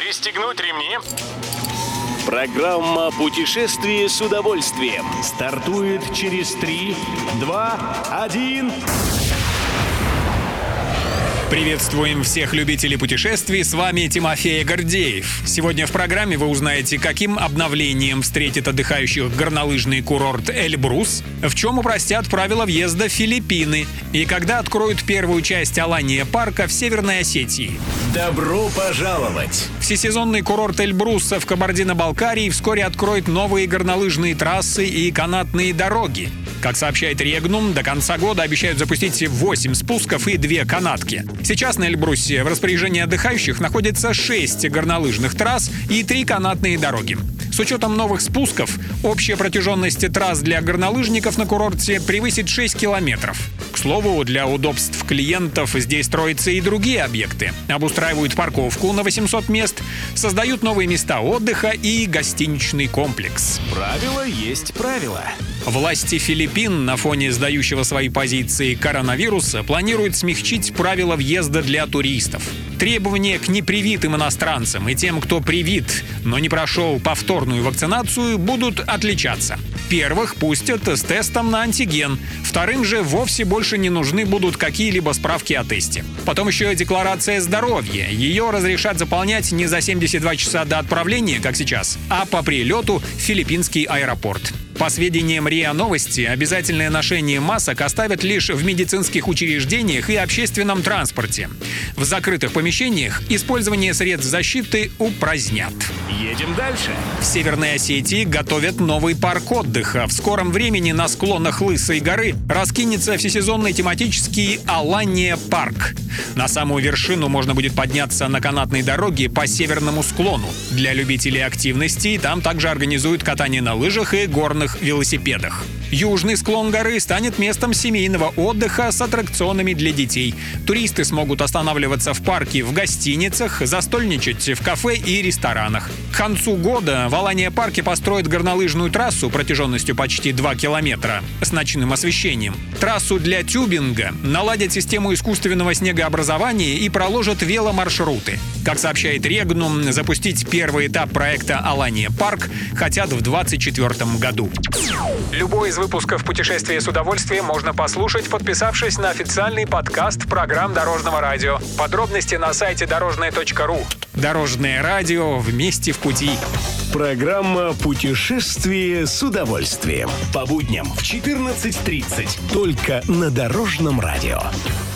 Пристегнуть ремни. Программа «Путешествие с удовольствием» стартует через 3, 2, 1... Приветствуем всех любителей путешествий, с вами Тимофей Гордеев. Сегодня в программе вы узнаете, каким обновлением встретит отдыхающих горнолыжный курорт Эльбрус, в чем упростят правила въезда в Филиппины и когда откроют первую часть Алания парка в Северной Осетии. Добро пожаловать! Всесезонный курорт Эльбруса в Кабардино-Балкарии вскоре откроет новые горнолыжные трассы и канатные дороги. Как сообщает Регнум, до конца года обещают запустить 8 спусков и 2 канатки. Сейчас на Эльбрусе в распоряжении отдыхающих находится 6 горнолыжных трасс и 3 канатные дороги. С учетом новых спусков, общая протяженность трасс для горнолыжников на курорте превысит 6 километров. К слову, для удобств клиентов здесь строятся и другие объекты. Обустраивают парковку на 800 мест, создают новые места отдыха и гостиничный комплекс. Правило есть правило. Власти Филиппин на фоне сдающего свои позиции коронавируса планируют смягчить правила въезда для туристов. Требования к непривитым иностранцам и тем, кто привит, но не прошел повторную вакцинацию, будут отличаться. Первых пустят с тестом на антиген, вторым же вовсе больше не нужны будут какие-либо справки о тесте. Потом еще декларация здоровья. Ее разрешат заполнять не за 72 часа до отправления, как сейчас, а по прилету в филиппинский аэропорт. По сведениям РИА Новости, обязательное ношение масок оставят лишь в медицинских учреждениях и общественном транспорте. В закрытых помещениях использование средств защиты упразднят. Едем дальше. В Северной Осетии готовят новый парк отдыха. В скором времени на склонах Лысой горы раскинется всесезонный тематический Алания парк. На самую вершину можно будет подняться на канатной дороге по северному склону. Для любителей активности там также организуют катание на лыжах и горных велосипедах. Южный склон горы станет местом семейного отдыха с аттракционами для детей. Туристы смогут останавливаться в парке в гостиницах, застольничать в кафе и ресторанах. К концу года в Алания-парке построят горнолыжную трассу протяженностью почти 2 километра с ночным освещением. Трассу для тюбинга, наладят систему искусственного снегообразования и проложат веломаршруты. Как сообщает Регнум, запустить первый этап проекта Алания-парк хотят в 2024 году. Любой из выпусков «Путешествия с удовольствием» можно послушать, подписавшись на официальный подкаст программ Дорожного радио. Подробности на сайте дорожное.ру. Дорожное радио, вместе в пути. Программа «Путешествие с удовольствием». По будням в 14:30. Только на Дорожном радио.